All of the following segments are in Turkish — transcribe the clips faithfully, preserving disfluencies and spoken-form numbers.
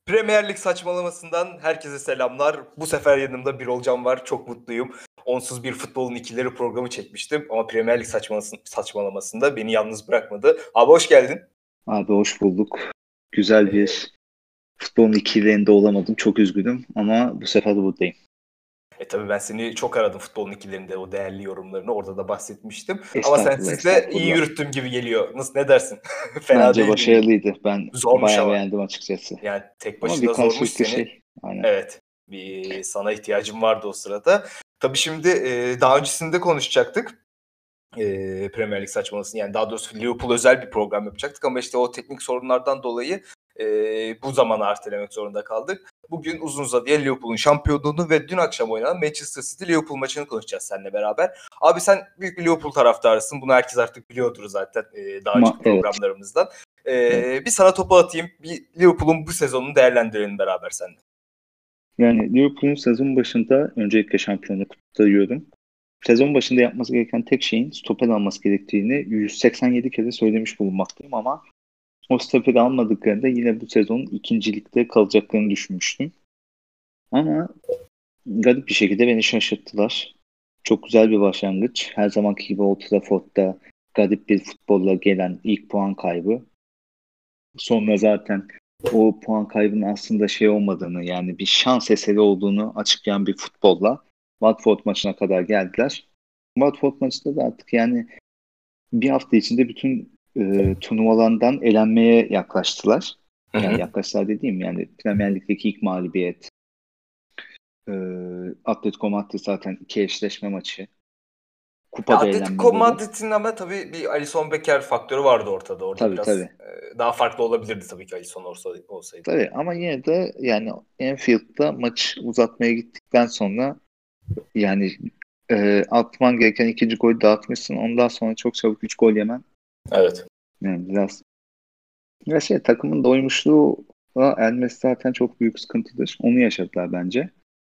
Premier Lig saçmalamasından herkese selamlar. Bu sefer yanımda bir Olcan var. Çok mutluyum. Onsuz bir futbolun ikileri programı çekmiştim. Ama Premier Lig saçmalamasında beni yalnız bırakmadı. Abi hoş geldin. Abi hoş bulduk. Güzel Ee, bir futbolun ikilerinde olamadım. Çok üzgünüm ama bu sefer de buradayım. E tabii ben seni çok aradım futbolun ikilerinde, o değerli yorumlarını. Orada da bahsetmiştim. Ama Estağfurullah, sensiz de iyi estağfurullah. yürüttüm gibi geliyor. Nasıl, ne dersin? Fena Bence değil miyim? başarılıydı. Ben Zormuş bayağı ama. beğendim açıkçası. Yani tek Ama bir başına zormuş karşılıklı seni. şey. Aynen. Evet. Bir sana ihtiyacım vardı o sırada. Tabii şimdi e, daha öncesinde konuşacaktık. E, Premier Lig saçmalısın. Yani daha doğrusu Liverpool özel bir program yapacaktık ama işte o teknik sorunlardan dolayı e, bu zamanı ertelemek zorunda kaldık. Bugün uzun uzadıya Liverpool'un şampiyonluğunu ve dün akşam oynanan Manchester City Liverpool maçını konuşacağız seninle beraber. Abi sen büyük bir Liverpool taraftarısın. Bunu herkes artık biliyordur zaten e, daha Ma önceki evet. programlarımızdan. E, Evet. Bir sana topu atayım. Bir Liverpool'un bu sezonunu değerlendirelim beraber seninle. Yani Liverpool'un sezon başında öncelikle şampiyonluğu kutluyorum. Sezon başında yapması gereken tek şeyin stoper alması gerektiğini yüz seksen yedi kere söylemiş bulunmaktayım ama o stoperi almadıklarında yine bu sezon ikincilikte kalacaklarını düşünmüştüm. Ama garip bir şekilde beni şaşırttılar. Çok güzel bir başlangıç. Her zamanki gibi Old Trafford'da garip bir futbolla gelen ilk puan kaybı. Sonra zaten o puan kaybının aslında şey olmadığını, yani bir şans eseri olduğunu açıklayan bir futbolla Watford maçına kadar geldiler. Watford maçında da artık yani bir hafta içinde bütün e, turnuvalardan elenmeye yaklaştılar. Hı Yani hı. yaklaştılar dediğim, yani Premier Lig'deki ilk mağlubiyet. E, Atletico Madrid zaten iki eşleşme maçı. Ya Kupada Atletico eğlenmeleri. Madrid'in ama tabii bir Alisson Becker faktörü vardı ortada. Orada Tabii biraz tabii. e, daha farklı olabilirdi tabii ki Alisson olsa- olsaydı. Tabii ama yine de yani Anfield'da maç uzatmaya gittikten sonra yani e, atman gereken ikinci golü dağıtmışsın. Ondan sonra çok çabuk üç gol yemen. Evet. Yani biraz ya şey, takımın doymuşluğu ermesi zaten çok büyük sıkıntıdır. Onu yaşadılar bence.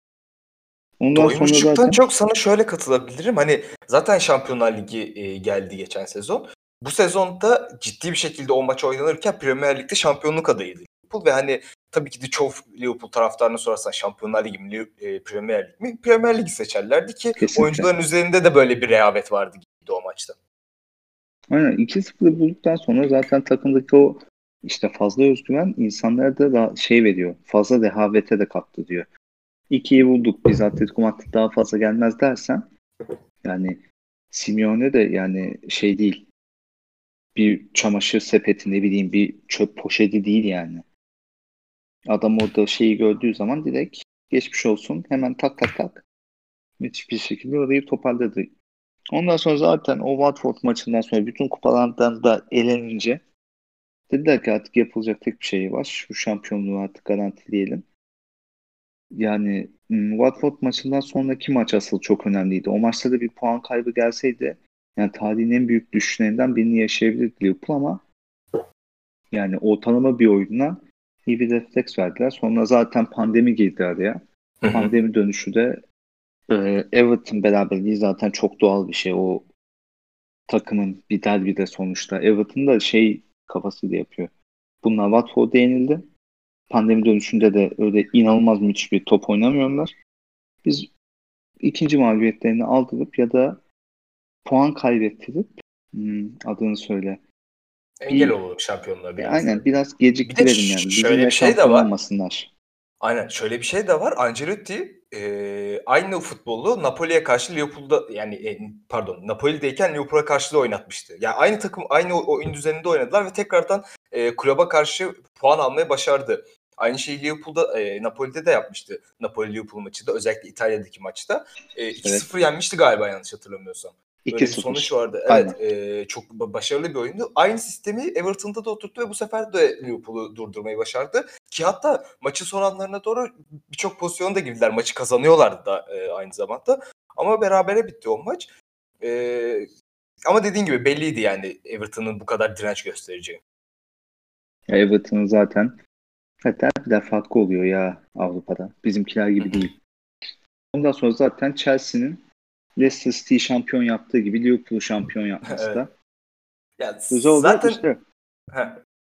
Ondan sonra Doymuşçuktan zaten çok sana şöyle katılabilirim. Hani zaten Şampiyonlar Ligi e, geldi geçen sezon. Bu sezonda ciddi bir şekilde o maç oynanırken Premier Lig'de şampiyonluk adayıydı Liverpool ve hani tabii ki de çoğu Liverpool taraftarına sorarsan Şampiyonlar Ligi mi, e, Premier Lig mi? Premier Lig'i seçerlerdi ki kesinlikle. oyuncuların üzerinde de böyle bir rehavet vardı gibiydi o maçta. Aynen, iki sıfır bulduktan sonra zaten takımdaki o işte fazla özgüven insanlara da daha şey veriyor. Fazla rehavete de kattı diyor. ikiyi bulduk. Biz Atletico Madrid daha fazla gelmez dersen, yani Simeone de yani şey değil. Bir çamaşır sepeti, ne bileyim, bir çöp poşeti değil yani. Adam orada şeyi gördüğü zaman direkt geçmiş olsun, hemen tak tak tak müthiş bir şekilde orayı toparladı. Ondan sonra zaten o Watford maçından sonra bütün kupalardan da elenince dediler ki artık yapılacak tek bir şey var. Şu şampiyonluğu artık garantileyelim. Yani m, Watford maçından sonraki maç asıl çok önemliydi. O maçta da bir puan kaybı gelseydi yani tarihin en büyük düşüşlerinden birini yaşayabilirdi Liverpool ama yani ortalama bir oyuna iyi bir refleks verdiler. Sonra zaten pandemi girdi araya. Hı hı. Pandemi dönüşü de e, Everton beraberliği zaten çok doğal bir şey. O takımın bir derbide sonuçta. Everton da şey kafasıyla yapıyor. Bunlar Watford'a yenildi. Pandemi dönüşünde de öyle inanılmaz müthiş bir top oynamıyorlar. Biz ikinci mağlubiyetlerini aldırıp ya da puan kaybettirip hmm, adını söyle. Engel Bir olalım şampiyonluğa e, biraz aynen da. biraz Bir de geciktirelim ş- yani. şöyle Bizimle bir şey de şampiyon var. olmasınlar. Aynen şöyle bir şey de var. Ancelotti e, aynı futbolu Napoli'ye karşı Liverpool'da yani e, pardon Napoli'deyken Liverpool'a karşı da oynatmıştı. Yani aynı takım aynı oyun düzeninde oynadılar ve tekrardan e, kulübe karşı puan almayı başardı. Aynı şeyi Liverpool'da e, Napoli'de de yapmıştı. Napoli Liverpool maçı da özellikle İtalya'daki maçta e, iki Evet. sıfır yenmişti galiba yanlış hatırlamıyorsam. Öyle bir sonuç iki sıfır. vardı. Aynen. Evet, e, çok ba- başarılı bir oyundu. Aynı sistemi Everton'da da oturttu ve bu sefer de Liverpool'u durdurmayı başardı. Ki hatta maçın son anlarına doğru birçok pozisyona da girdiler. Maçı kazanıyorlardı da e, aynı zamanda. Ama berabere bitti o maç. E, Ama dediğin gibi belliydi yani Everton'ın bu kadar direnç göstereceği. Ya Everton'ın zaten hatta bir de farkı oluyor ya Avrupa'da. Bizimkiler Hı gibi hı. değil. Ondan sonra zaten Chelsea'nin Leicester City'yi şampiyon yaptığı gibi Liverpool'u şampiyon yapması Evet. da Ya güzel oldu. zaten İşte heh, hı.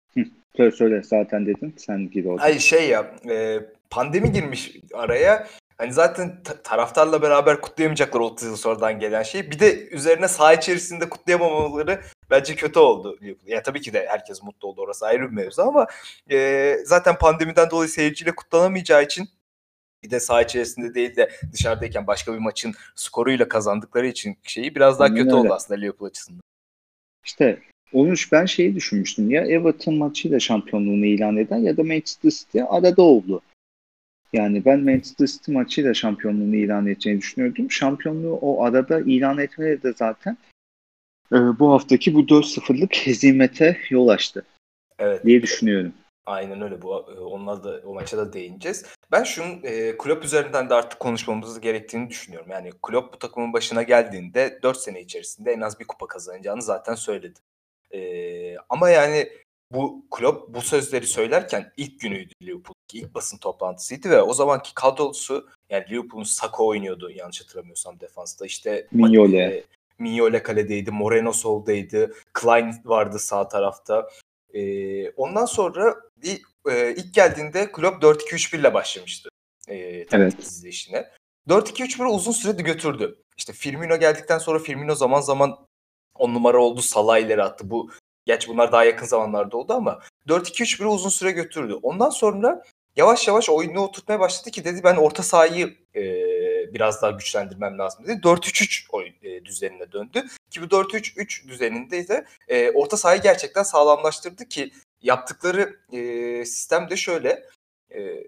Söyle söyle zaten dedim. Sen gir orada. Ay şey ya e, pandemi girmiş araya. Hani zaten ta- taraftarla beraber kutlayamayacaklar otuz yıl sonradan gelen şeyi. Bir de üzerine saha içerisinde kutlayamamaları bence kötü oldu. Ya tabii ki de herkes mutlu oldu. Orası ayrı bir mevzu ama e, zaten pandemiden dolayı seyirciyle kutlanamayacağı için bir de saha içerisinde değil de dışarıdayken başka bir maçın skoruyla kazandıkları için şeyi biraz daha Aynen kötü oldu öyle. aslında Liverpool açısından. İşte onu ben şeyi düşünmüştüm. Ya Everton maçıyla şampiyonluğunu ilan eder ya da Manchester City arada oldu. Yani ben Manchester City maçıyla şampiyonluğunu ilan edeceğini düşünüyordum. Şampiyonluğu o arada ilan etmeleri de zaten e, bu haftaki bu dört sıfırlık hezimete yol açtı Evet. diye düşünüyorum. Aynen öyle. Bu onlar da o maça da değineceğiz. Ben şunun e, Klopp üzerinden de artık konuşmamız gerektiğini düşünüyorum. Yani Klopp bu takımın başına geldiğinde dört sene içerisinde en az bir kupa kazanacağını zaten söyledi. E, ama yani bu Klopp bu sözleri söylerken ilk günüydü Liverpool. İlk basın toplantısıydı ve o zamanki kadrosu yani Liverpool'un Saka oynuyordu yanlış hatırlamıyorsam defansta. İşte Mignolet. e, Mignolet kaledeydi, Moreno soldaydı, Klein vardı sağ tarafta. E, ondan sonra bir, e, ilk geldiğinde Klopp dört iki üç bir ile başlamıştı e, taktik Evet. dizilişine. dört iki üç bir'i uzun sürede götürdü. İşte Firmino geldikten sonra Firmino zaman zaman on numara oldu, Salah ileri attı. Bu gerçi bunlar daha yakın zamanlarda oldu ama dört iki üç bir'i uzun süre götürdü. Ondan sonra yavaş yavaş oyunu oturtmaya başladı ki dedi ben orta sahayı e, biraz daha güçlendirmem lazım dedi. dört üç üç oyun e, düzenine döndü. Ki bu dört üç üç düzeninde de e, orta sahayı gerçekten sağlamlaştırdı ki yaptıkları e, sistem de şöyle. E,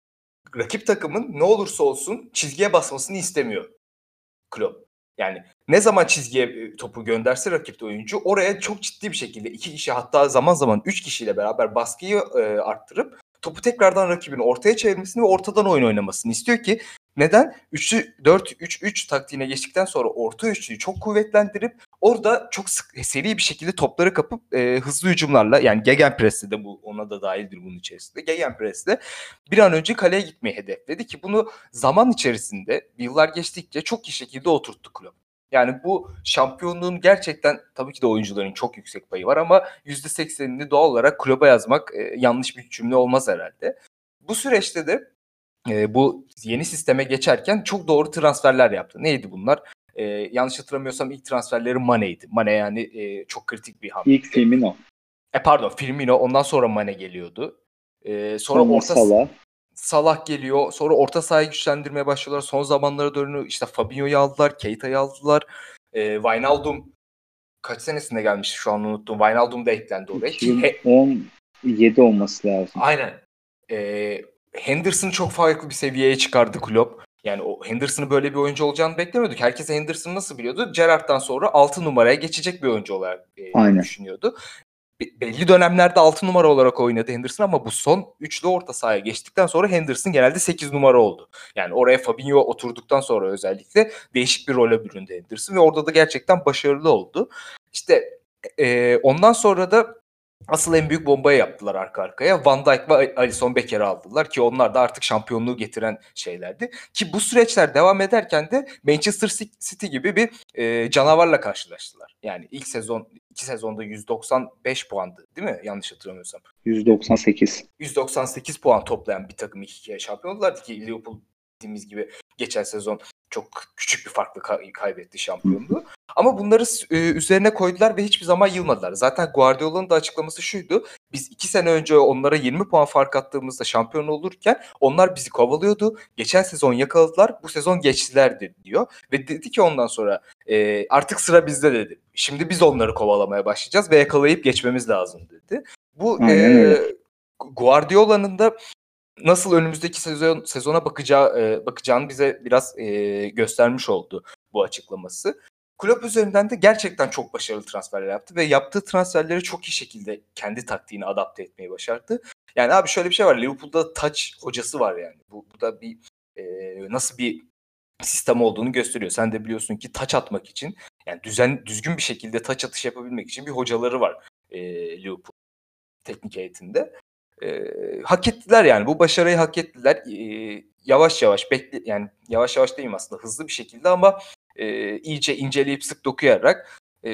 rakip takımın ne olursa olsun çizgiye basmasını istemiyor Klopp. Yani ne zaman çizgiye topu gönderse rakip oyuncu oraya çok ciddi bir şekilde iki kişi hatta zaman zaman üç kişiyle beraber baskıyı e, arttırıp topu tekrardan rakibin ortaya çevirmesini ve ortadan oyun oynamasını istiyor ki neden? üçlü dört üç üç taktiğine geçtikten sonra orta üçlüyü çok kuvvetlendirip orada çok sık, seri bir şekilde topları kapıp e, hızlı hücumlarla yani Gegenpress'te de bu ona da dahildir bunun içerisinde. Gegenpress'te bir an önce kaleye gitmeyi hedefledi ki bunu zaman içerisinde yıllar geçtikçe çok iyi şekilde oturttu Klopp. Yani bu şampiyonluğun gerçekten tabii ki de oyuncuların çok yüksek payı var ama yüzde seksenini doğal olarak Klopp'a yazmak e, yanlış bir cümle olmaz herhalde. Bu süreçte de e, bu yeni sisteme geçerken çok doğru transferler yaptı. Neydi bunlar? E, yanlış hatırlamıyorsam ilk transferleri Mane'ydi. Mane yani e, çok kritik bir hamle. İlk Firmino. E pardon Firmino ondan sonra Mane geliyordu. E, sonra Sonra orta Salah. Salah geliyor. Sonra orta sahayı güçlendirmeye başlıyorlar. Son zamanlara doğru işte Fabinho'yu aldılar. Keita'yı aldılar. E, Wijnaldum kaç senesinde gelmişti şu an unuttum. Wijnaldum da eklendi oraya. Ki he, iki bin on yedi olması lazım. aynen. E, Henderson'ı çok farklı bir seviyeye çıkardı Klopp. Yani o Henderson'ı böyle bir oyuncu olacağını beklemiyorduk. Herkes Henderson'ı nasıl biliyordu? Gerrard'dan sonra altı numaraya geçecek bir oyuncu olarak e, Aynen. düşünüyordu. Belli dönemlerde altı numara olarak oynadı Henderson ama bu son üçlü orta sahaya geçtikten sonra Henderson genelde sekiz numara oldu. Yani oraya Fabinho oturduktan sonra özellikle değişik bir role büründü Henderson ve orada da gerçekten başarılı oldu. İşte e, ondan sonra da asıl en büyük bombayı yaptılar arka arkaya. Van Dijk ve Alisson Becker'i aldılar ki onlar da artık şampiyonluğu getiren şeylerdi. Ki bu süreçler devam ederken de Manchester City gibi bir e, canavarla karşılaştılar. Yani ilk sezon, iki sezonda yüz doksan beş puandı değil mi? Yanlış hatırlamıyorsam. yüz doksan sekiz. yüz doksan sekiz puan toplayan bir takım iki kere şampiyon oldular ki Liverpool dediğimiz gibi geçen sezon çok küçük bir farklı kay- kaybetti şampiyonluğu. Ama bunları e, üzerine koydular ve hiçbir zaman yılmadılar. Zaten Guardiola'nın da açıklaması şuydu. Biz iki sene önce onlara yirmi puan fark attığımızda şampiyon olurken onlar bizi kovalıyordu. Geçen sezon yakaladılar, bu sezon geçtiler diyor. Ve dedi ki ondan sonra e, artık sıra bizde dedi. Şimdi biz onları kovalamaya başlayacağız ve yakalayıp geçmemiz lazım dedi. Bu Aynen e, öyle. Guardiola'nın da nasıl önümüzdeki sezon sezona bakacağı e, bakacağını bize biraz e, göstermiş oldu bu açıklaması. Klopp üzerinden de gerçekten çok başarılı transferler yaptı ve yaptığı transferleri çok iyi şekilde kendi taktiğine adapte etmeyi başardı. Yani abi şöyle bir şey var. Liverpool'da touch hocası var yani. Bu, bu da bir e, nasıl bir sistem olduğunu gösteriyor. Sen de biliyorsun ki touch atmak için yani düzen düzgün bir şekilde touch atış yapabilmek için bir hocaları var e, Liverpool teknik heyetinde. E, hak ettiler yani bu başarıyı hak ettiler. E, yavaş yavaş bekle yani yavaş yavaş değil aslında hızlı bir şekilde ama e, iyice inceleyip sık dokuyarak e,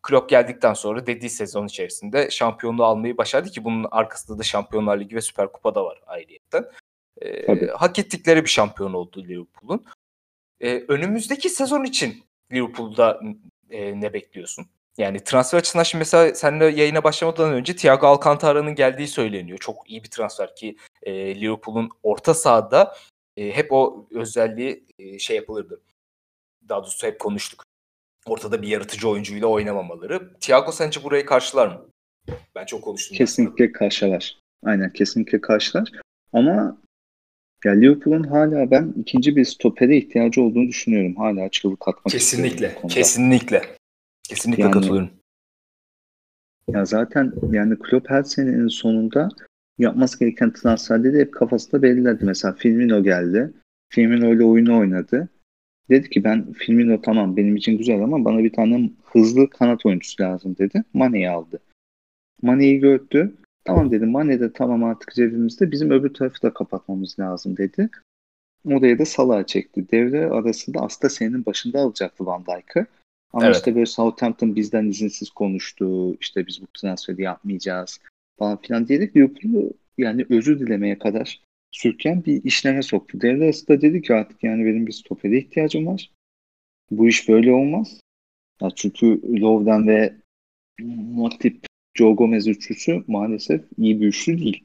Klopp geldikten sonra dediği sezon içerisinde şampiyonluğu almayı başardı ki bunun arkasında da Şampiyonlar Ligi ve Süper Kupa da var ayrıyetten. E, hak ettikleri bir şampiyon oldu Liverpool'un. E, önümüzdeki sezon için Liverpool'da e, ne bekliyorsun? Yani transfer açısından şimdi mesela seninle yayına başlamadan önce Thiago Alcantara'nın geldiği söyleniyor. Çok iyi bir transfer ki e, Liverpool'un orta sahada e, hep o özelliği e, şey yapılırdı. Daha doğrusu hep konuştuk. Ortada bir yaratıcı oyuncuyla oynamamaları. Thiago sence burayı karşılar mı? Ben çok konuştum. Kesinlikle karşılar. Aynen kesinlikle karşılar. Ama ya Liverpool'un hala ben ikinci bir stopere ihtiyacı olduğunu düşünüyorum. Hala çığlık atmak istiyorum bu Kesinlikle. konuda. Kesinlikle. Kesinlikle Yani- katılıyorum. Ya zaten yani Klopp her senenin sonunda yapması gereken transferleri hep kafasında belirledi. Mesela Firmino geldi. Firmino ile oyunu oynadı. Dedi ki ben Firmino tamam benim için güzel ama bana bir tane hızlı kanat oyuncusu lazım dedi. Mane'yi aldı. Mane'yi gördü. Tamam dedi Mane de tamam artık cebimizde bizim öbür tarafı da kapatmamız lazım dedi. Oraya da Salah'ı çekti. Devre arasında aslında senenin başında alacaktı Van Dijk'ı. Ama Evet. işte böyle Southampton bizden izinsiz konuştu. İşte biz bu transferi yapmayacağız falan filan diyerek Liverpool'u yani özür dilemeye kadar sürken bir işleme soktu. Devre arasında dedi ki artık yani benim bir stopere ihtiyacım var. Bu iş böyle olmaz. Ya çünkü Lovren ve Matip, Joe Gomez üçlüsü maalesef iyi bir üçlü değil.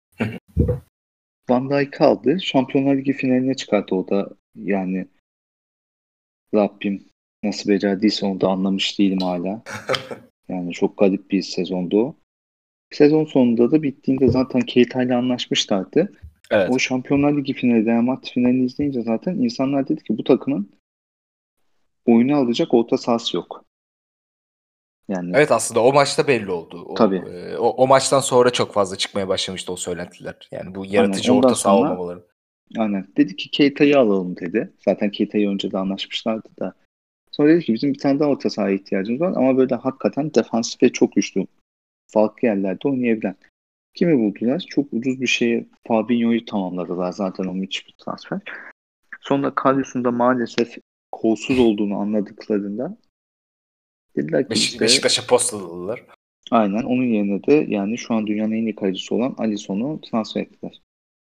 Van Dijk aldı. Şampiyonlar Ligi finaline çıkarttı o da. Yani Rabbim nasıl becerdiyse onu da anlamış değilim hala. Yani çok garip bir sezondu o. Sezon sonunda da bittiğinde zaten Keita ile anlaşmışlardı. Evet. O Şampiyonlar Ligi finali, Real Madrid finalini izleyince zaten insanlar dedi ki bu takımın oyunu alacak orta sahası yok. Yani Evet aslında o maçta belli oldu. O, tabii. e, o, o maçtan sonra çok fazla çıkmaya başlamıştı o söylentiler. Yani bu yaratıcı Ondan orta saha sonra olmamaları. aynen dedi ki Keita'yı alalım dedi. Zaten Keita'yı önce de anlaşmışlardı da. Sonra dedi ki bizim bir tane daha orta sahaya ihtiyacımız var ama böyle hakikaten defansif ve çok güçlü. Farklı yerlerde oynayabilen. Kimi buldular? Çok ucuz bir şeye Fabinho'yu tamamladılar zaten o müthiş bir transfer. Sonra Karius'un da maalesef kolsuz olduğunu anladıklarında dediler ki Beş, işte Beşiktaş'a postaladılar. aynen onun yerine de yani şu an dünyanın en iyi kalecisi olan Alisson'u transfer ettiler.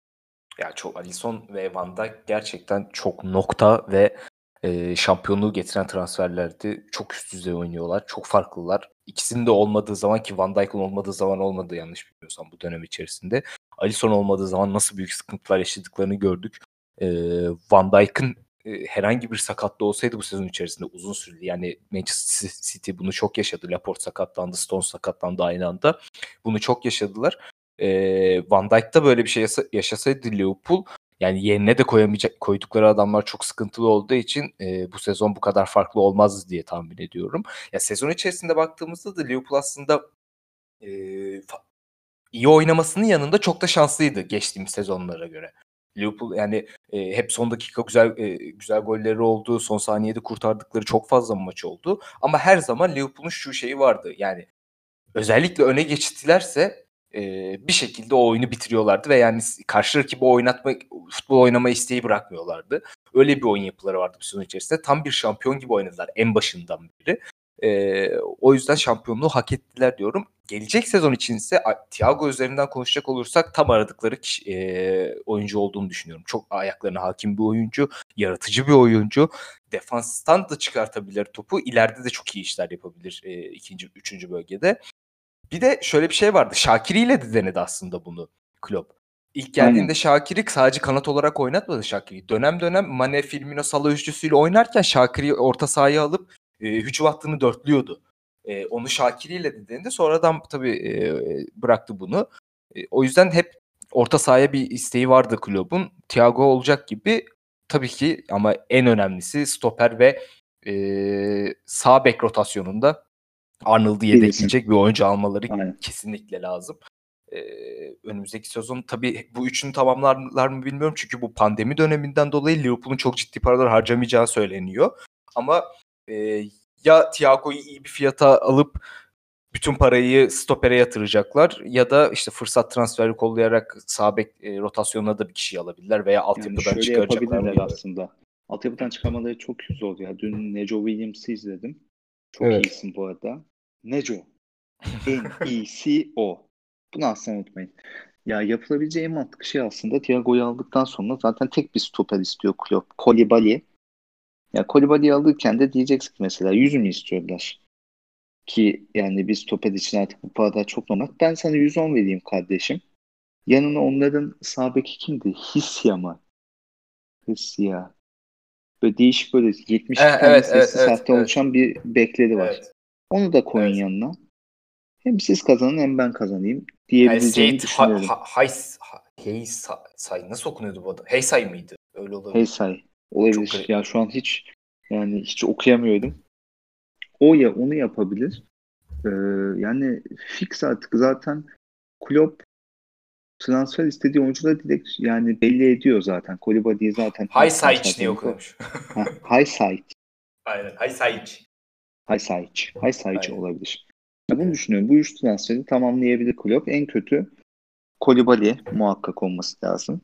Ya çok Alisson ve Van Dijk gerçekten çok nokta ve e, şampiyonluğu getiren transferlerdi. Çok üst düzey oynuyorlar. Çok farklılar. İkisinin de olmadığı zaman ki Van Dijk'ın olmadığı zaman olmadı yanlış bilmiyorsam bu dönem içerisinde. Alisson olmadığı zaman nasıl büyük sıkıntılar yaşadıklarını gördük. E, Van Dijk'ın e, herhangi bir sakatlığı olsaydı bu sezon içerisinde uzun süreli yani Manchester City bunu çok yaşadı. Laporte sakatlandı, Stones sakatlandı aynı anda. Bunu çok yaşadılar. E, Van Dijk'ta böyle bir şey yasa- yaşasaydı Liverpool yani yerine de koyamayacak koydukları adamlar çok sıkıntılı olduğu için e, bu sezon bu kadar farklı olmazdı diye tahmin ediyorum. Ya sezon içerisinde baktığımızda da Liverpool aslında e, fa- iyi oynamasının yanında çok da şanslıydı geçtiğimiz sezonlara göre. Liverpool yani e, hep son dakika güzel e, güzel golleri oldu. Son saniyede kurtardıkları çok fazla maç oldu. Ama her zaman Liverpool'un şu şeyi vardı. Yani özellikle öne geçtilerse e, bir şekilde o oyunu bitiriyorlardı ve yani karşı rakibi oynatma, futbol oynama isteği bırakmıyorlardı. Öyle bir oyun yapıları vardı bu sezon içerisinde. Tam bir şampiyon gibi oynadılar en başından beri. E, o yüzden şampiyonluğu hak ettiler diyorum. Gelecek sezon içinse Thiago üzerinden konuşacak olursak tam aradıkları kişi, e, oyuncu olduğunu düşünüyorum. Çok ayaklarına hakim bir oyuncu, yaratıcı bir oyuncu. Defanstan da çıkartabilir topu. İleride de çok iyi işler yapabilir e, ikinci, üçüncü bölgede. Bir de şöyle bir şey vardı. Şakiri ile de denedi aslında bunu Klopp. İlk geldiğinde Aynen. Şakir'i sadece kanat olarak oynatmadı Şakir'i. Dönem dönem Mane, Firmino, Salah üçlüsüyle oynarken Şakir'i orta sahaya alıp e, hücum hattını dörtlüyordu. E, onu Şakiri ile de denedi. Sonradan tabii e, bıraktı bunu. E, o yüzden hep orta sahaya bir isteği vardı Klopp'un. Thiago olacak gibi tabii ki ama en önemlisi stoper ve e, sağ bek rotasyonunda Arnold'u Bir isim. yedekleyecek bir oyuncu almaları Aynen. kesinlikle lazım. Ee, önümüzdeki sezon tabii bu üçünü tamamlarlar mı bilmiyorum. Çünkü bu pandemi döneminden dolayı Liverpool'un çok ciddi paralar harcamayacağı söyleniyor. Ama e, ya Thiago'yu iyi bir fiyata alıp bütün parayı stopere yatıracaklar ya da işte fırsat transferi kollayarak sağ bek e, rotasyonuna da bir kişi alabilirler veya Yani altyapıdan şöyle çıkaracaklar mı yapabilirler bilmiyorum. aslında. Altyapıdan çıkarmaları çok zor ya. Dün Neco Williams'ı izledim. Çok Evet. iyisin bu arada. Neco. N E C O. Bunu asla unutmayın. Ya yapılabileceği en mantıklı şey aslında Thiago'yu aldıktan sonra zaten tek bir stoper istiyor Klopp. Koulibaly. Ya Koulibaly'yi alırken de diyeceksin ki mesela yüz mü istiyorlar? Ki yani bir stoper için artık bu paralar çok normal. Ben sana yüz on vereyim kardeşim. Yanına onların sağ beki kimdi? Hisya mı? Hisya. Böyle değişik böyle E, yetmiş iki tane evet evet sessiz evet harften evet oluşan bir bekleri var. evet Onu da koyun evet. yanına. Hem siz kazanın hem ben kazanayım Yani diyebileceğini Seyit ha, düşünüyorum. ha, Hays ha, Heysay say nasıl okunuyordu bu adam? Heysay mıydı? Öyle olabilir. Heysay Çok olabilir. garip. Ya şu an hiç yani hiç okuyamıyordum. O ya onu yapabilir. Ee, yani fix artık zaten Klopp transfer istediği oyuncuları direkt yani belli ediyor zaten. Koulibaly'yi zaten her transfer Haysayç diye döneminde o. okunuyormuş. Ha, Haysay. Aynen. Haysayç. Haysayç. Haysayç Aynen. olabilir. Ya bunu Evet. düşünüyorum. Bu üç transferi tamamlayabilir Klopp. En kötü Koulibaly muhakkak olması lazım.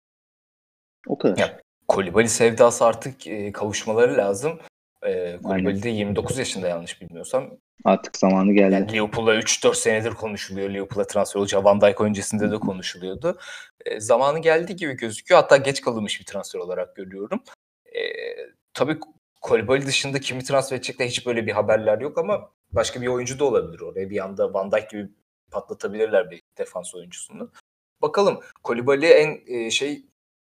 O kadar. Ya Kolibali sevdası artık e, kavuşmaları lazım. E, Aynen. Kolibali de yirmi dokuz yaşında yanlış bilmiyorsam. Artık zamanı geldi. Yani Liverpool'a üç dört senedir konuşuluyor. Liverpool'a transfer olacağı Van Dijk öncesinde de konuşuluyordu. E, zamanı geldi gibi gözüküyor. Hatta geç kalınmış bir transfer olarak görüyorum. E, tabii Kolibali dışında kimi transfer edecekler hiç böyle bir haberler yok ama başka bir oyuncu da olabilir oraya. Bir anda Van Dijk gibi patlatabilirler bir defans oyuncusunu. Bakalım. Kolibali en e, şey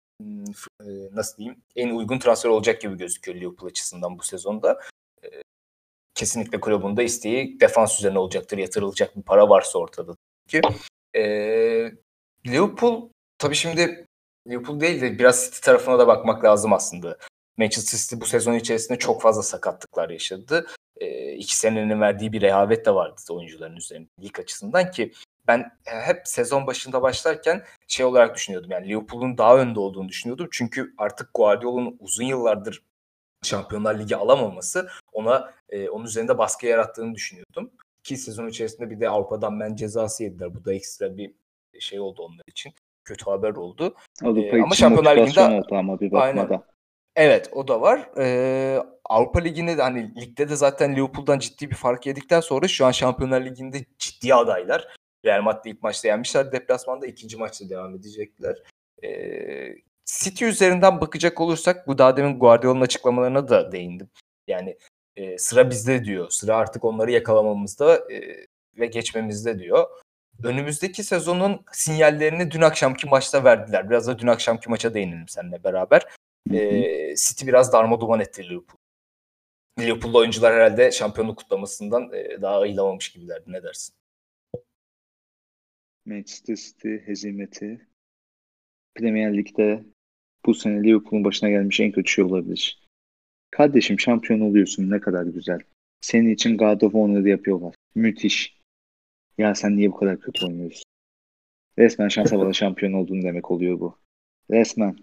nasıl diyeyim en uygun transfer olacak gibi gözüküyor Liverpool açısından bu sezonda. Kesinlikle kulübün de isteği defans üzerine olacaktır. Yatırılacak bir para varsa ortada. Ki ee, Liverpool tabii şimdi Liverpool değil de biraz City tarafına da bakmak lazım aslında. Manchester City bu sezon içerisinde çok fazla sakatlıklar yaşadı. E, iki senenin verdiği bir rehavet de vardı oyuncuların üzerinde lig açısından ki ben hep sezon başında başlarken şey olarak düşünüyordum. Yani Liverpool'un daha önde olduğunu düşünüyordum. Çünkü artık Guardiola'nın uzun yıllardır Şampiyonlar Ligi alamaması ona e, onun üzerinde baskı yarattığını düşünüyordum. Ki sezon içerisinde bir de Avrupa'dan men cezası yediler. Bu da ekstra bir şey oldu onlar için. Kötü haber oldu. Avrupa E, ama için Şampiyonlar motivasyon Ligi'nde oldu ama bir aynen. bakmada. Evet o da var. Ee, Avrupa Ligi'nde de hani ligde de zaten Liverpool'dan ciddi bir fark yedikten sonra şu an Şampiyonlar Ligi'nde ciddi adaylar. Real Madrid ilk maçta yenmişler. Deplasmanda ikinci maçta devam edecekler. Ee, City üzerinden bakacak olursak bu daha demin Guardiola'nın açıklamalarına da değindim. Yani e, sıra bizde diyor. Sıra artık onları yakalamamızda e, ve geçmemizde diyor. Önümüzdeki sezonun sinyallerini dün akşamki maçta verdiler. Biraz da dün akşamki maça değinelim seninle beraber. Hı hı. E, City biraz darmaduman etti Liverpool. Liverpool'lu oyuncular herhalde şampiyonluk kutlamasından e, daha ayılamamış gibilerdi. Ne dersin? Manchester City hezimeti Premier Lig'de bu sene Liverpool'un başına gelmiş en kötü şey olabilir. Kardeşim şampiyon oluyorsun ne kadar güzel. Senin için God of Honor'ı yapıyorlar. Müthiş. Ya sen niye bu kadar kötü oynuyorsun? Resmen şansa bala şampiyon olduğunu demek oluyor bu. Resmen.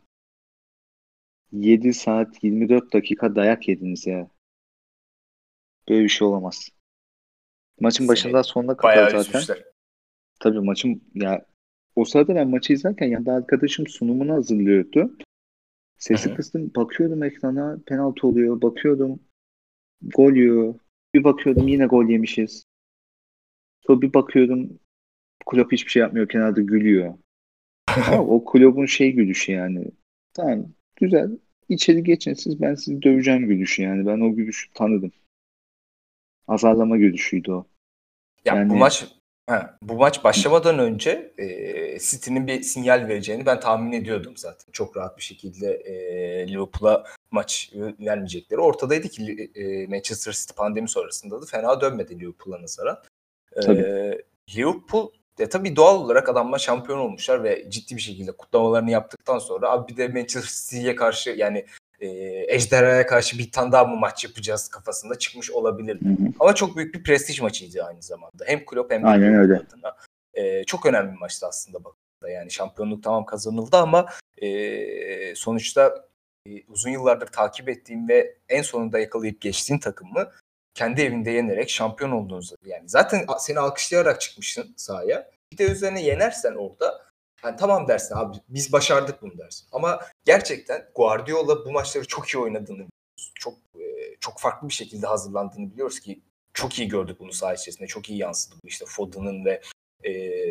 yedi saat yirmi dört dakika dayak yediniz ya. Böyle bir şey olamaz. Maçın başından Seni sonuna kadar bayağı zaten. üzmüşler. Tabii maçın ya o sırada ben maçı izlerken yanında arkadaşım sunumunu hazırlıyordu. Hı Sesi hı. kıstım. Bakıyordum ekrana penaltı oluyor. Bakıyordum gol yiyor. Bir bakıyordum yine gol yemişiz. Sonra bir bakıyordum kulüp hiçbir şey yapmıyor. Kenarda gülüyor. Ama o kulübün şey gülüşü yani. Tamam güzel. İçeri geçin siz ben sizi döveceğim gülüşü yani. Ben o gülüşü tanıdım. Azarlama gülüşüydü o. Ya bu Yani maç he, bu maç başlamadan önce e, City'nin bir sinyal vereceğini ben tahmin ediyordum zaten. Çok rahat bir şekilde e, Liverpool'a maç vermeyecekleri ortadaydı ki e, Manchester City pandemi sonrasında da fena dönmedi Liverpool'a nazaran. E, tabii. Liverpool e, tabii doğal olarak adamlar şampiyon olmuşlar ve ciddi bir şekilde kutlamalarını yaptıktan sonra abi bir de Manchester City'ye karşı yani e, Ejderha'ya karşı bir tane daha mı maç yapacağız kafasında çıkmış olabilirler. Hı hı. Ama çok büyük bir prestij maçıydı aynı zamanda. Hem Klopp hem de Aynen Liverpool öyle. adına. E, çok önemli bir maçtı aslında baktığında. Yani şampiyonluk tamam kazanıldı ama e, sonuçta e, uzun yıllardır takip ettiğim ve en sonunda yakalayıp geçtiğin takımı kendi evinde yenerek şampiyon olduğunuzu yani zaten seni alkışlayarak çıkmışsın sahaya. Bir de üzerine yenersen orada yani tamam dersin abi biz başardık bunu dersin. Ama gerçekten Guardiola bu maçları çok iyi oynadığını biliyoruz. Çok e, çok farklı bir şekilde hazırlandığını biliyoruz ki çok iyi gördük bunu saha içerisinde. Çok iyi yansıdı bu işte Foden'ın ve e,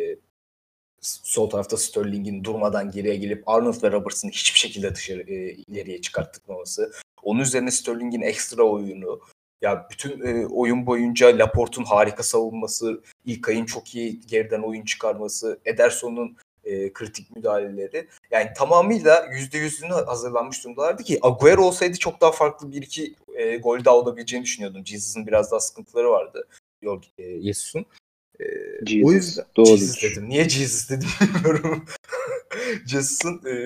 sol tarafta Sterling'in durmadan geriye gelip Arnold ve Robertson'ı hiçbir şekilde dışarı e, ileriye çıkartmaması. Onun üzerine Sterling'in ekstra oyunu. Ya bütün e, oyun boyunca Laporte'un harika savunması, İlkay'ın çok iyi geriden oyun çıkarması, Ederson'un e, kritik müdahaleleri. Yani tamamıyla yüzde yüzünü hazırlanmış durumdalardı ki Agüero olsaydı çok daha farklı bir iki e, gol daha olabileceğini düşünüyordum. Jesus'ın biraz daha sıkıntıları vardı. Yok e, Jesus'un. E, o yüzden Jesus dedim. Niye Jesus dedim bilmiyorum. Jesus'ın e,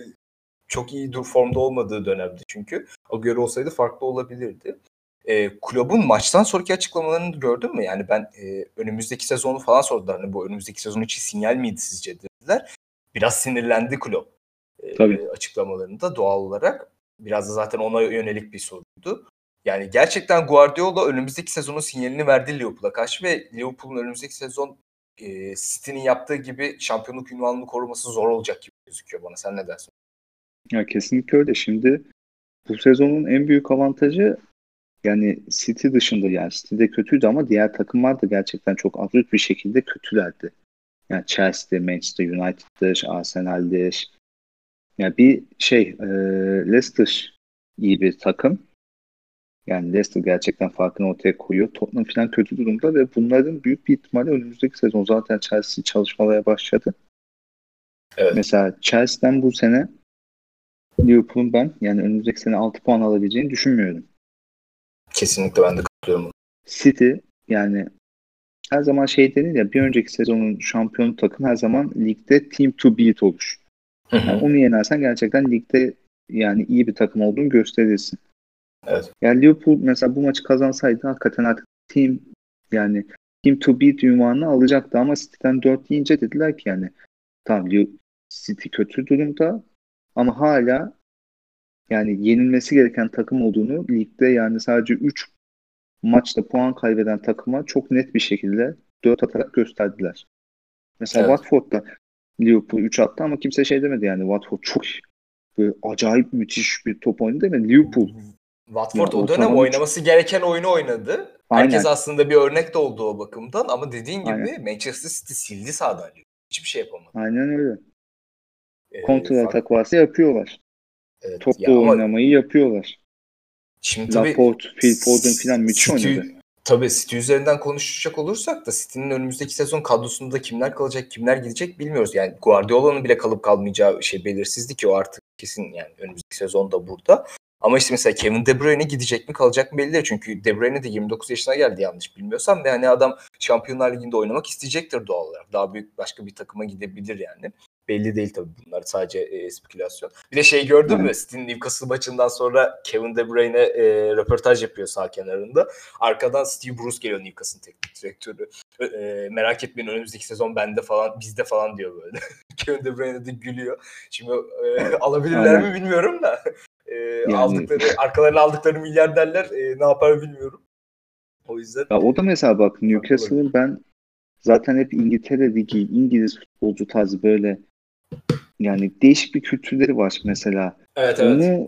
çok iyi formda olmadığı dönemdi çünkü. Agüero olsaydı farklı olabilirdi. E, kulübün maçtan sonraki açıklamalarını gördün mü? Yani ben e, önümüzdeki sezonu falan sordular. Hani bu önümüzdeki sezon için sinyal miydi sizce dediler. Biraz sinirlendi kulüp e, açıklamalarında doğal olarak. Biraz da zaten ona yönelik bir soruydu. Yani gerçekten Guardiola önümüzdeki sezonun sinyalini verdi Liverpool'a karşı ve Liverpool'un önümüzdeki sezon e, City'nin yaptığı gibi şampiyonluk ünvanını koruması zor olacak gibi gözüküyor bana. Sen ne dersin? Ya kesinlikle öyle. Şimdi bu sezonun en büyük avantajı yani City dışında, yani City'de kötüydü ama diğer takımlar da gerçekten çok absürt bir şekilde kötülerdi. Yani Chelsea, Manchester United'dır, Arsenal'dir. Yani bir şey e, Leicester iyi bir takım. Yani Leicester gerçekten farkını ortaya koyuyor. Tottenham falan kötü durumda ve bunların büyük bir ihtimalle önümüzdeki sezon zaten Chelsea çalışmalara başladı. Evet. Mesela Chelsea'den bu sene Liverpool'un ben yani önümüzdeki sene altı puan alabileceğini düşünmüyorum. Kesinlikle ben de katılıyorum. City yani her zaman şey denir ya, bir önceki sezonun şampiyon takım her zaman ligde team to beat olur. Yani onu yenersen gerçekten ligde yani iyi bir takım olduğunu gösterirsin. Evet. Yani Liverpool mesela bu maçı kazansaydı hakikaten artık team yani team to beat ünvanını alacaktı ama City'den dört yiyince dediler ki yani tamam City kötü durumda ama hala yani yenilmesi gereken takım olduğunu ligde yani sadece üç maçta puan kaybeden takıma çok net bir şekilde dört atarak gösterdiler. Mesela Evet. Watford'da Liverpool üç attı ama kimse şey demedi yani Watford çok böyle acayip müthiş bir top oynadı demedi. Liverpool Watford yani o dönem ortalama oynaması gereken oyunu oynadı. Aynen. Herkes aslında bir örnek de oldu o bakımdan ama dediğin gibi Aynen. Manchester City sildi sağdan. Hiçbir şey yapamadı. Aynen öyle. Ee, Kontra atak varsa yapıyorlar. Evet, Topla ya ama oynamayı yapıyorlar. şimdi tabii Laporte, Phil Foden falan müthiş City, oynadı. tabii City üzerinden konuşacak olursak da City'nin önümüzdeki sezon kadrosunda kimler kalacak, kimler gidecek bilmiyoruz. Yani Guardiola'nın bile kalıp kalmayacağı şey belirsizdi ki o artık kesin yani önümüzdeki sezon da burada. Ama işte mesela Kevin De Bruyne gidecek mi kalacak mı belli değil. Çünkü De Bruyne de yirmi dokuz yaşına geldi yanlış bilmiyorsam. Ve hani adam Şampiyonlar Ligi'nde oynamak isteyecektir doğal olarak. Daha büyük başka bir takıma gidebilir yani. Belli değil tabii bunlar sadece e, spekülasyon. Bir de şey gördün Aynen. mü? City'nin Newcastle maçından sonra Kevin De Bruyne e, röportaj yapıyor sağ kenarında. Arkadan Steve Bruce geliyor Newcastle'ın teknik direktörü. E, merak etmeyin önümüzdeki sezon bende falan bizde falan diyor böyle. Kevin De Bruyne de gülüyor. Şimdi e, alabilirler Aynen. mi bilmiyorum da. E, Yani- aldıkları arkalarına aldıkları milyarderler e, ne yapar bilmiyorum. O yüzden Ya o da mesela bak farklı Newcastle'ın ben zaten hep İngiltere Ligi, İngiliz futbolcu tarzı böyle yani değişik bir kültürleri var mesela. Evet evet. Onu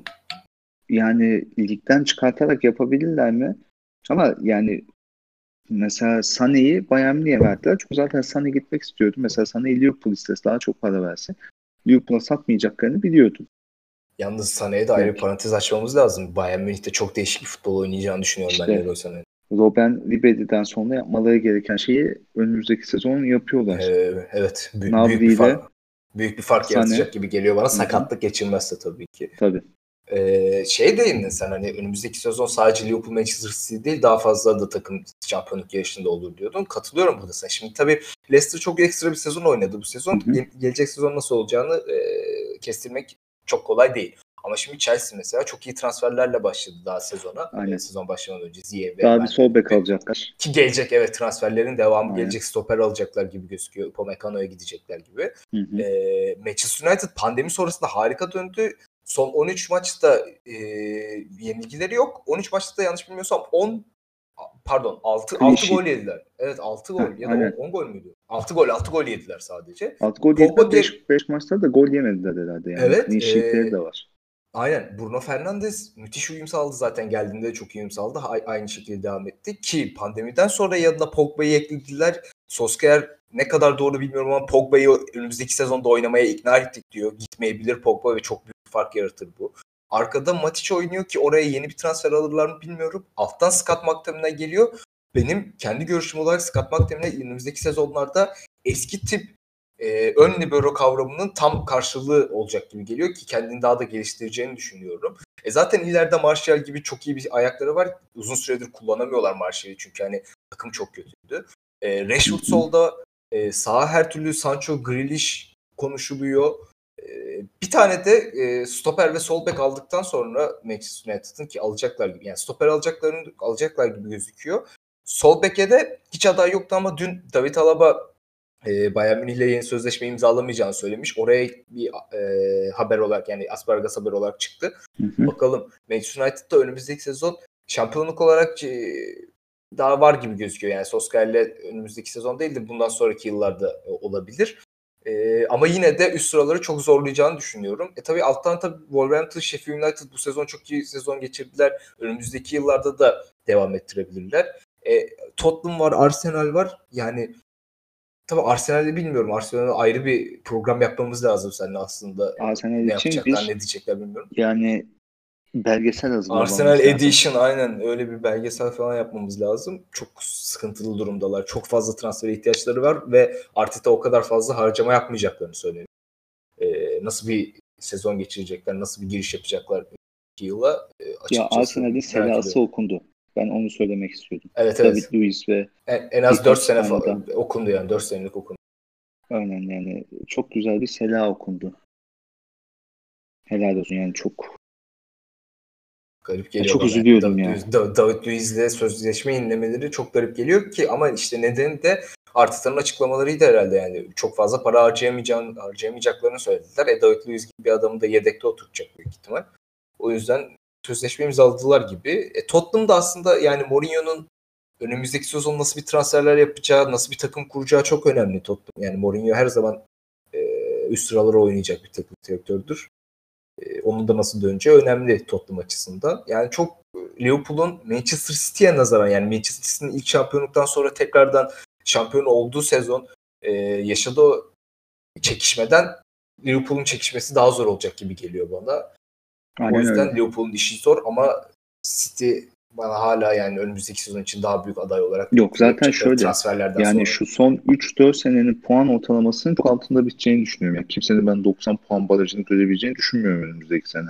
yani ligden çıkartarak yapabilirler mi? Ama yani mesela Sané'yi Bayern Münih'e verdiler. Çünkü zaten Sané gitmek istiyordu. Mesela Sané'yi Liverpool istese daha çok para verse Liverpool'a satmayacaklarını biliyordum. Yalnız Sané'ye de ayrı Yani bir parantez açmamız lazım. Bayern Münih'te çok değişik bir futbol oynayacağını düşünüyorum ben işte Leroy Sané'nin. Robben Ribery'den sonra yapmaları gereken şeyi önümüzdeki sezon yapıyorlar. Ee, evet. Bü- büyük Nabri bir ile fark büyük bir fark Sané. yaratacak gibi geliyor bana. Hı hı. Sakatlık geçirmezse tabii ki. Tabii. Ee, şey değindin sen hani önümüzdeki sezon sadece Liverpool Manchester City değil daha fazla da takım şampiyonluk yarışında olur diyordun. Katılıyorum burada sen. Şimdi tabii Leicester çok ekstra bir sezon oynadı bu sezon. Hı hı. Ge- gelecek sezon nasıl olacağını e, kestirmek çok kolay değil. Ama şimdi Chelsea mesela çok iyi transferlerle başladı daha sezona. Aynen. E, sezon başlamadan önce Ziyech ve Daha bir Van sol bek Dijk. alacaklar. Ki gelecek evet transferlerin devamı Aynen. gelecek. Stoper alacaklar gibi gözüküyor. Upamecano'ya gidecekler gibi. Hı hı. E, Manchester United pandemi sonrasında harika döndü. Son on üç maçta e, yenilgileri yok. on üç maçta da yanlış bilmiyorsam on pardon altı Clean altı sheet. gol yediler. Evet altı Heh, gol ya da aynen. on gol müydü? altı gol altı gol yediler sadece. altı gol Pogba yediler. ge- beş maçta da gol yemediler herhalde yani. Evet, Clean sheet'leri e, de var. Aynen. Bruno Fernandes müthiş uyum sağladı zaten geldiğinde de çok uyum sağladı. A- aynı şekilde devam etti ki pandemiden sonra yanına Pogba'yı eklediler. Solskjaer ne kadar doğru bilmiyorum ama Pogba'yı önümüzdeki sezonda oynamaya ikna ettik diyor. Gitmeyebilir Pogba ve çok büyük bir fark yaratır bu. Arkada Matic oynuyor ki oraya yeni bir transfer alırlar mı bilmiyorum. Alttan Scott McTominay geliyor. Benim kendi görüşüm olarak Scott McTominay önümüzdeki sezonlarda eski tip e, ön libero kavramının tam karşılığı olacak gibi geliyor ki kendini daha da geliştireceğini düşünüyorum. E zaten ileride Martial gibi çok iyi bir ayakları var. Uzun süredir kullanamıyorlar Martial'i çünkü hani takım çok kötüydü. E, Rashford solda, e, sağa her türlü Sancho, Grealish konuşuluyor. E, bir tane de e, stoper ve sol bek aldıktan sonra Manchester United'ın ki alacaklar gibi yani stoper alacaklarını alacaklar gibi gözüküyor. Sol beke de hiç aday yoktu ama dün David Alaba e, Bayern Münih ile yeni sözleşme imzalamayacağını söylemiş. Oraya bir e, haber olarak yani Aspergas haber olarak çıktı. Hı hı. Bakalım Manchester United'da önümüzdeki sezon şampiyonluk olarak e, daha var gibi gözüküyor. Yani Solskjaer'le önümüzdeki sezon değil de bundan sonraki yıllarda e, olabilir. E, ama yine de üst sıraları çok zorlayacağını düşünüyorum. E tabii alttan tabii Wolverhampton, Sheffield United bu sezon çok iyi sezon geçirdiler. Önümüzdeki yıllarda da devam ettirebilirler. E, Tottenham var, Arsenal var. Yani tabii Arsenal'i bilmiyorum. Arsenal'e ayrı bir program yapmamız lazım seninle aslında. Arsenal Ne için yapacaklar, ne bir diyecekler bilmiyorum. yani belgesel Arsenal hazırlamamız lazım. Edition aynen öyle bir belgesel falan yapmamız lazım. Çok sıkıntılı durumdalar. Çok fazla transfer ihtiyaçları var ve Arteta o kadar fazla harcama yapmayacaklarını söylüyor. Ee, nasıl bir sezon geçirecekler, nasıl bir giriş yapacaklar iki yıla e, Ya açıkçası Arsenal'in merak selası ediyorum. okundu. Ben onu söylemek istiyordum. Evet David evet. Luiz ve En, en az dört birkaç sene tane falan daha. okundu yani. dört senelik okundu. Aynen yani çok güzel bir sela okundu. Helal olsun yani çok Garip ya geliyor çok bana. Yani. üzülüyorum David ya. Luiz, Da- David Luiz'le sözleşme yenilemeleri çok garip geliyor ki ama işte nedeni de Arteta'nın açıklamalarıydı herhalde yani. Çok fazla para harcayamayacağını, harcayamayacaklarını söylediler. E David Luiz gibi bir adamı da yedekte oturtacak büyük ihtimal. O yüzden sözleşme imzaladılar gibi. E, Tottenham da aslında yani Mourinho'nun önümüzdeki sezon nasıl bir transferler yapacağı, nasıl bir takım kuracağı çok önemli Tottenham. Yani Mourinho her zaman e, üst sıralara oynayacak bir teknik direktördür. E, onun da nasıl döneceği önemli Tottenham açısından. Yani çok Liverpool'un Manchester City'ye nazaran yani Manchester City'nin ilk şampiyonluktan sonra tekrardan şampiyon olduğu sezon e, yaşadığı o çekişmeden Liverpool'un çekişmesi daha zor olacak gibi geliyor bana. O Aynen öyle. yüzden Liverpool'un işi zor ama City bana hala yani önümüzdeki sezon için daha büyük aday olarak Yok gözüküyor zaten yapacakları şöyle transferlerden yani sonra. şu son üç dört senenin puan ortalamasının çok altında biteceğini düşünüyorum. Yani kimsenin ben doksan puan barajını görebileceğini düşünmüyorum önümüzdeki sene.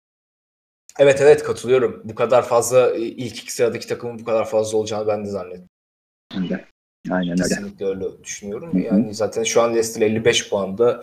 Evet evet katılıyorum. Bu kadar fazla ilk iki sıradaki takımın bu kadar fazla olacağını ben de zannetmiyorum. Öyle. Aynen öyle. Kesinlikle öyle düşünüyorum. Hı hı. Yani zaten şu an Leicester elli beş puanda,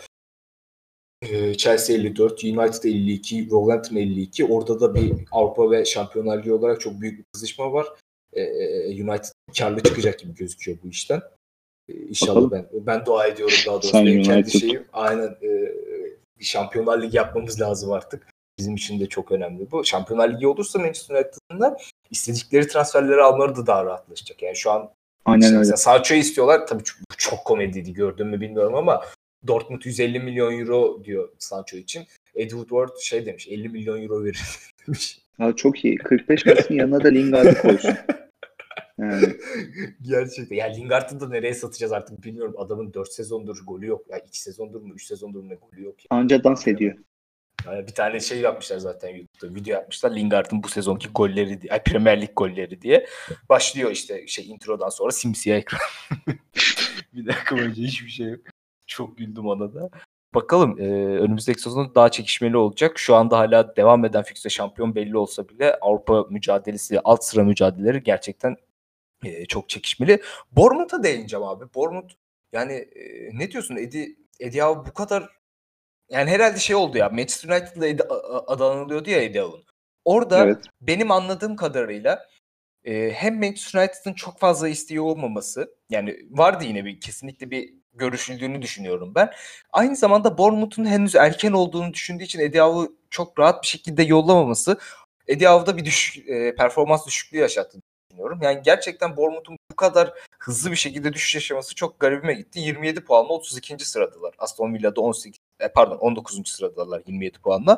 Chelsea elli dört, United elli iki, Wolverhampton elli iki. Orada da bir Avrupa ve Şampiyonlar Ligi olarak çok büyük bir kızışma var. United karlı çıkacak gibi gözüküyor bu işten. İnşallah Bakalım. ben ben dua ediyorum daha doğrusu. Sen Benim kendi United. şeyim aynen bir Şampiyonlar Ligi yapmamız lazım artık. Bizim için de çok önemli bu. Şampiyonlar Ligi olursa Manchester United'ın da istedikleri transferleri almaları da daha rahatlaşacak. Yani şu an Aynen işte öyle. mesela Sancho'yu istiyorlar. Tabii çok, çok komediydi gördün mü bilmiyorum ama Dortmund yüz elli milyon euro diyor Sancho için. Eddie Woodward şey demiş elli milyon euro verir demiş. Ha, çok iyi. kırk beş alsın yanına da Lingard'ı koysun. Yani. Gerçekten. Ya Lingard'ı da nereye satacağız artık bilmiyorum. Adamın dört sezondur golü yok. Ya iki sezondur mu üç sezondur mu ne golü yok. Ya. Anca dans ediyor. Yani bir tane şey yapmışlar zaten YouTube'da. Video yapmışlar. Lingard'ın bu sezonki golleri diye. Ay, Premier Lig golleri diye. Başlıyor işte şey introdan sonra simsiyah ekran. Bir dakika önce hiçbir şey yok. Çok güldüm ona da. Bakalım e, önümüzdeki sezon daha çekişmeli olacak. Şu anda hala devam eden fikstürde şampiyon belli olsa bile Avrupa mücadelesi, alt sıra mücadeleleri gerçekten e, çok çekişmeli. Bournemouth'a değineceğim abi. Bournemouth yani e, ne diyorsun Eddie, Eddie Howe bu kadar yani herhalde şey oldu ya Manchester United'la Eddie, adı anılıyordu ya Eddie Howe'un. Orada Evet. benim anladığım kadarıyla e, hem Manchester United'ın çok fazla isteği olmaması yani vardı yine bir kesinlikle bir görüşüldüğünü düşünüyorum ben. Aynı zamanda Bournemouth'un henüz erken olduğunu düşündüğü için Eddie Howe'u çok rahat bir şekilde yollamaması Eddie Howe'da bir düşük, e, performans düşüklüğü yaşattığını düşünüyorum. Yani gerçekten Bournemouth'un bu kadar hızlı bir şekilde düşüş yaşaması çok garibime gitti. yirmi yedi puanla otuz ikinci sıradalar. Aston Villa'da on sekiz e, pardon on dokuzuncu sıradalar yirmi yedi puanla.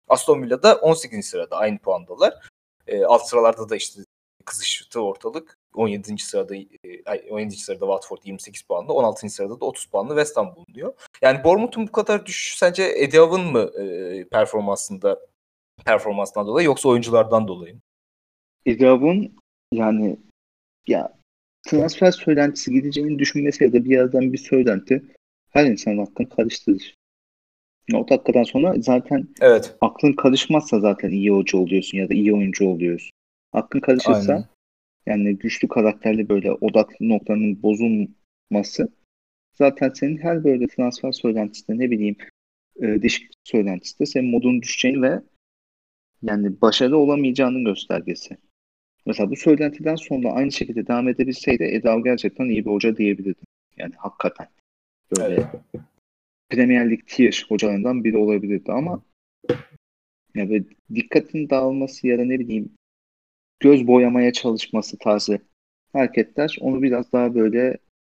Aston Villa da on sekizinci sırada aynı puandalar. E, alt sıralarda da işte kızıştı ortalık. on yedinci sırada on yedinci sırada Watford yirmi sekiz puanla, on altıncı sırada da otuz puanlı West Ham bulunuyor. Yani Bournemouth'un bu kadar düşüş sence Eddie Howe'ın mı e, performansında performansından dolayı yoksa oyunculardan dolayı mı? Eddie Howe'ın yani ya transfer söylentisi gideceğini düşünmesi ya da bir yerden bir söylenti her insanın aklını karıştırır. O dakikadan sonra zaten Evet. aklın karışmazsa zaten iyi hoca oluyorsun ya da iyi oyuncu oluyorsun. Aklın karışırsa Aynen. yani güçlü karakterli böyle odaklı noktalarının bozulması zaten senin her böyle transfer söylentisinde ne bileyim e, değişiklik söylentisinde senin modun düşeceğini ve yani başarılı olamayacağının göstergesi. Mesela bu söylentiden sonra aynı şekilde devam edebilseydi Edao gerçekten iyi bir hoca diyebilirdim. Yani hakikaten böyle Evet. Premier Lig tier hocalarından biri olabilirdi ama ya böyle dikkatin dağılması ya da ne bileyim göz boyamaya çalışması tarzı hareketler onu biraz daha böyle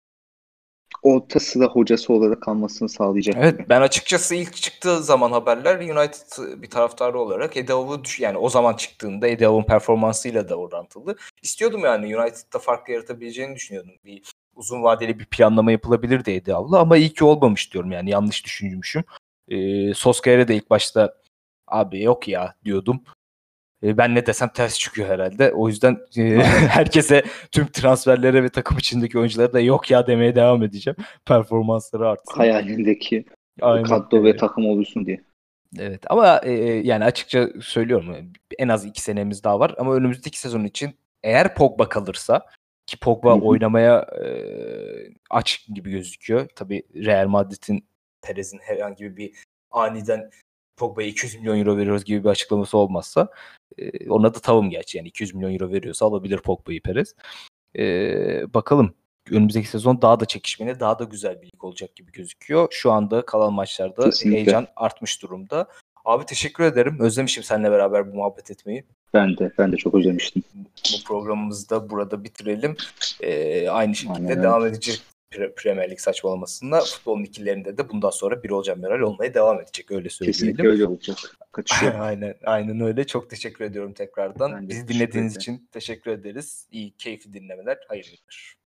orta sıra hocası olarak kalmasını sağlayacak Evet, gibi. ben açıkçası ilk çıktığı zaman haberler United bir taraftarı olarak Eddie Howe'u düş yani o zaman çıktığında Eddie Howe'un performansıyla da orantılı. İstiyordum yani United'da fark yaratabileceğini düşünüyordum. Bir uzun vadeli bir planlama yapılabilirdi Eddie Howe'la ama iyi ki olmamış diyorum yani yanlış düşünmüşüm. Ee, Solskjaer'e de ilk başta abi yok ya diyordum. E, ben ne desem ters çıkıyor herhalde. O yüzden e, herkese, tüm transferlere ve takım içindeki oyunculara da yok ya demeye devam edeceğim. Performansları artsın. Hayalindeki Aynen. kadro ve takım olursun diye. Evet ama e, yani açıkça söylüyorum en az iki senemiz daha var ama önümüzdeki sezon için eğer Pogba kalırsa ki Pogba Hı hı. oynamaya e, aç gibi gözüküyor. Tabii Real Madrid'in Perez'in herhangi bir aniden Pogba'ya iki yüz milyon euro veriyoruz gibi bir açıklaması olmazsa e, ona da tavım gerçi yani iki yüz milyon euro veriyorsa alabilir Pogba'yı Perez. E, bakalım. Önümüzdeki sezon daha da çekişmeli, daha da güzel bir lig olacak gibi gözüküyor. Şu anda kalan maçlarda Kesinlikle. heyecan artmış durumda. Abi teşekkür ederim. Özlemişim seninle beraber bu muhabbet etmeyi. Ben de ben de çok özlemiştim. Bu programımızı da burada bitirelim. Ee, aynı şekilde Aynen öyle. devam edecek Premier Lig saçmalamasında futbolun ikililerinde de bundan sonra bir olacağım Meral olmaya devam edecek öyle söyleyelim. Kesinlikle öyle olacak. Kaçışıyor. aynen, aynen öyle. Çok teşekkür ediyorum tekrardan. Ben de Bizi teşekkür dinlediğiniz ederim. için teşekkür ederiz. İyi, keyifli dinlemeler. Hayırlı günler.